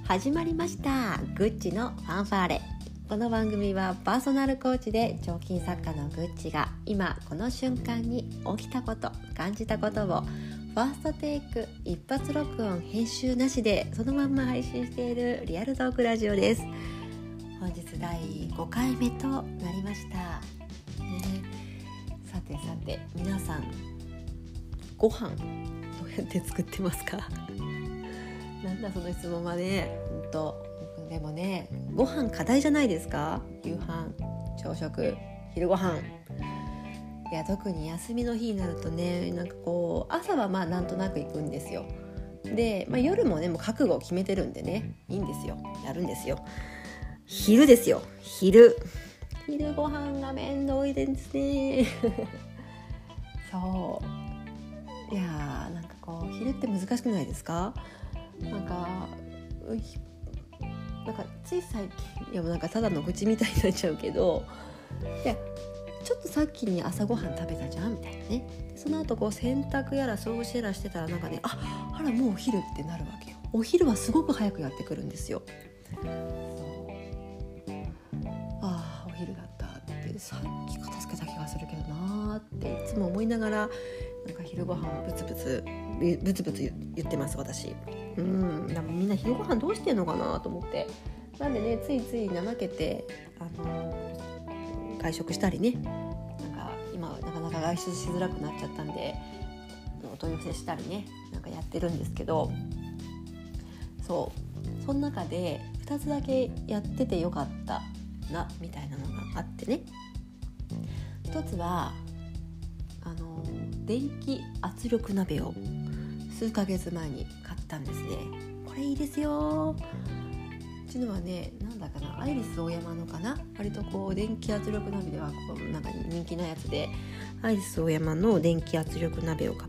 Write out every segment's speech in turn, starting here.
始まりました。グッチのファンファーレ。この番組はパーソナルコーチで彫金作家のグッチが今この瞬間に起きたこと、感じたことをファーストテイク、一発録音、編集なしでそのまんま配信しているリアルトークラジオです。本日第5回目となりました、さて皆さんご飯どうやって作ってますか？なんだその質問はね。でもね、ご飯課題じゃないですか？夕飯、朝食、昼ご飯。いや、特に休みの日になるとね、なんかこう朝はまあなんとなく行くんですよ。で、夜もねもう覚悟を決めてるんでね、いいんですよ、やるんですよ。昼ですよ、昼ご飯が面倒いですねそういやー、なんかこう昼って難しくないですか？なんかつい最近、いやもうなんかただの愚痴みたいになっちゃうけど、いやちょっとさっきに朝ごはん食べたじゃんみたいなね。その後こう洗濯やら掃除やらしてたらなんかね、あらもうお昼ってなるわけよ。お昼はすごく早くやってくるんですよ。お昼だったってさっき片付けた気がするけどなーっていつも思いながら、なんか昼ごはんをブツブツ言ってます私。でもみんな昼ごはんどうしてんのかなと思って、なんでねついつい怠けて外食したりね、なんか今なかなか外出しづらくなっちゃったんでお取り寄せしたりね、なんかやってるんですけど、その中で2つだけやっててよかったなみたいなのがあってね。一つは電気圧力鍋を数ヶ月前に買ったんですね。これいいですよ。うちのはね、なんだかな、アイリスオーヤマのかな、割とこう電気圧力鍋ではこうなんか人気なやつで、アイリスオーヤマの電気圧力鍋を買って、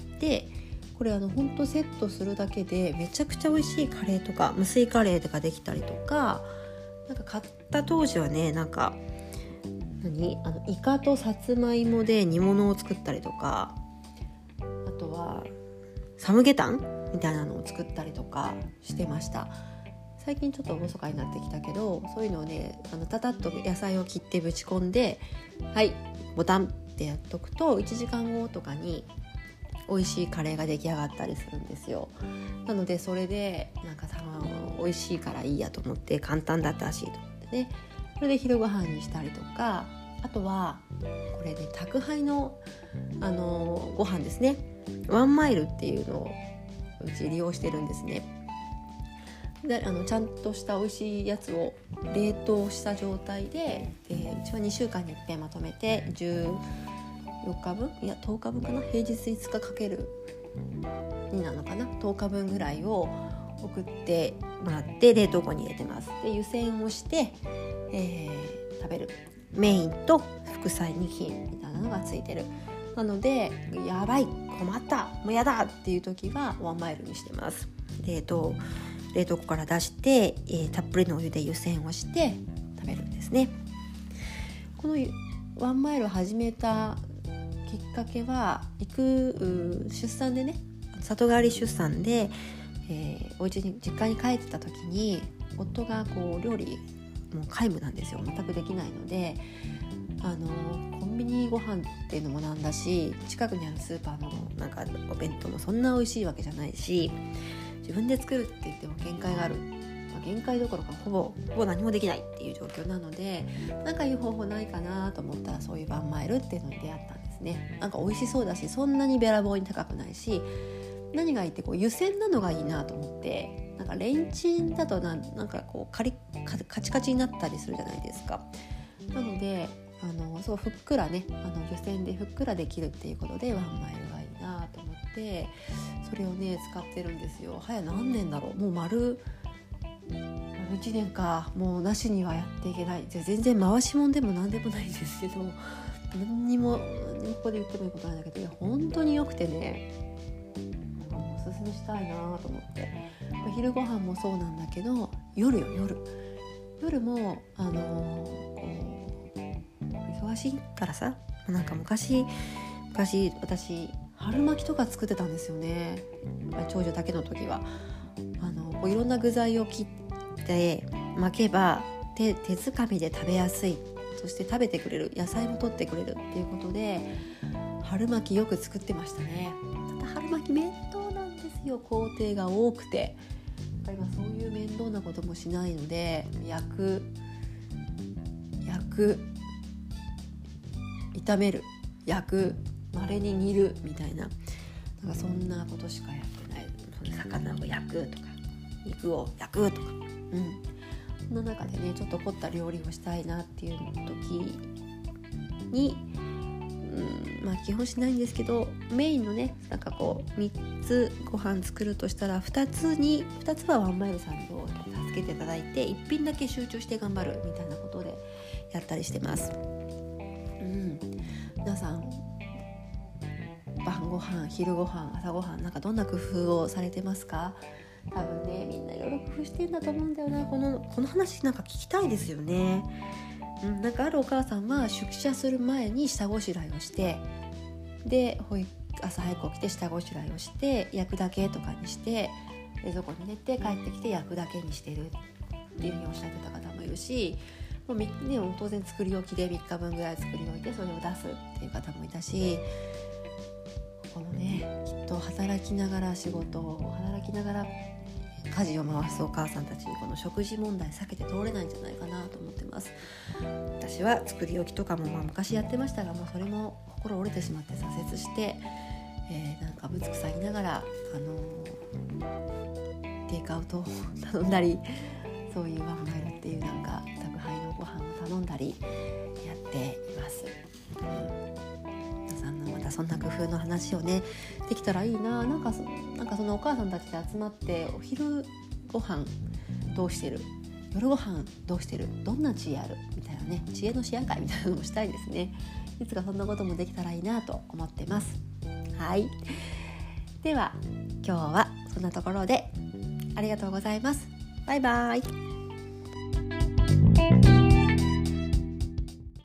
これほんとセットするだけでめちゃくちゃ美味しいカレーとか無水カレーとかできたりとか、なんか買った当時はね、なんかイカとさつまいもで煮物を作ったりとか、あとはサムゲタンみたいなのを作ったりとかしてました。最近ちょっとおろそかになってきたけど、そういうのをねタタッと野菜を切ってぶち込んで、はいボタンってやっとくと1時間後とかに美味しいカレーが出来上がったりするんですよ。なのでそれでなんか美味しいからいいやと思って、簡単だったしと思ってね、それで昼ご飯にしたりとか、あとはこれね宅配のご飯ですね、ワンマイルっていうのをうち利用してるんですね。でちゃんとした美味しいやつを冷凍した状態で、うちは2週間に1遍まとめて14日分いや10日分かな、平日5日かける2なのかな、10日分ぐらいを送ってもらって冷凍庫に入れてます。で湯煎をして、食べる。メインと副菜2品みたいなのがついてる。なのでやばい困ったもうやだっていう時はワンマイルにしてます。冷凍庫から出して、たっぷりのお湯で湯煎をして食べるんですね。このワンマイルを始めたきっかけは、出産でね、里帰り出産で、お家に実家に帰ってた時に夫がこう料理もう皆無なんですよ。全くできないので、コンビニご飯っていうのもなんだし、近くにあるスーパーのなんかお弁当もそんな美味しいわけじゃないし、自分で作るって言っても限界がある、限界どころかほぼ何もできないっていう状況なので、なんかいい方法ないかなと思ったら、そういうワンマイルっていうのに出会ったんですね。なんか美味しそうだし、そんなにべらぼうに高くないし、何がいいってこう湯煎なのがいいなと思って、なんかレンチンだとなんかこうカチカチになったりするじゃないですか。なのでそうふっくらね、湯煎でふっくらできるっていうことでワンマイルがいいなと思って、それをね使ってるんですよ。早何年だろう、もう丸1年か。もうなしにはやっていけない。全然回しもんでも何でもないんですけど、何にもここで言ってもいいことなんだけど、いや本当に良くてね、おすすめしたいなと思って。昼ご飯もそうなんだけど、夜も忙しいからさ、なんか昔私春巻きとか作ってたんですよね。長女だけの時はいろんな具材を切っで巻けば手づかみで食べやすい、そして食べてくれる、野菜も取ってくれるっていうことで春巻きよく作ってましたね。ただ春巻き面倒なんですよ、工程が多くて。今そういう面倒なこともしないので、焼く炒める、焼く、稀に煮るみたいな、なんかそんなことしかやってない。魚を焼くとか肉を焼くとか、その中でねちょっと凝った料理をしたいなっていう時に、基本しないんですけど、メインのねなんかこう3つご飯作るとしたら2つはワンマイルさんを助けていただいて、1品だけ集中して頑張るみたいなことでやったりしてます。皆さん晩ご飯、昼ご飯、朝ご飯、なんかどんな工夫をされてますか？多分ねみんないろいろ工夫してんだと思うんだよな。この話なんか聞きたいですよね。なんかあるお母さんは出社する前に下ごしらえをして、で朝早く起きて下ごしらえをして焼くだけとかにして冷蔵庫に入れて帰ってきて焼くだけにしてるっていうふうにおっしゃってた方もいるし、もう当然作り置きで3日分ぐらい作り置いてそれを出すっていう方もいたし、このねきっと働きながら仕事を働きながら家事を回すお母さんたちにこの食事問題避けて通れないんじゃないかなと思ってます。私は作り置きとかも昔やってましたが、それも心折れてしまって挫折して、なんかぶつくさ言いながらテイクアウトを頼んだり、そういうワンマイルっていうなんか宅配のご飯を頼んだりやっています。皆さんのまたそんな工夫の話をねできたらいいな。なんかそのお母さんたちで集まってお昼ご飯どうしてる、夜ご飯どうしてる、どんな知恵あるみたいなね、知恵のシェア会みたいなのもしたいですね。いつかそんなこともできたらいいなと思ってます。はい、では今日はそんなところでありがとうございます。バイバイ。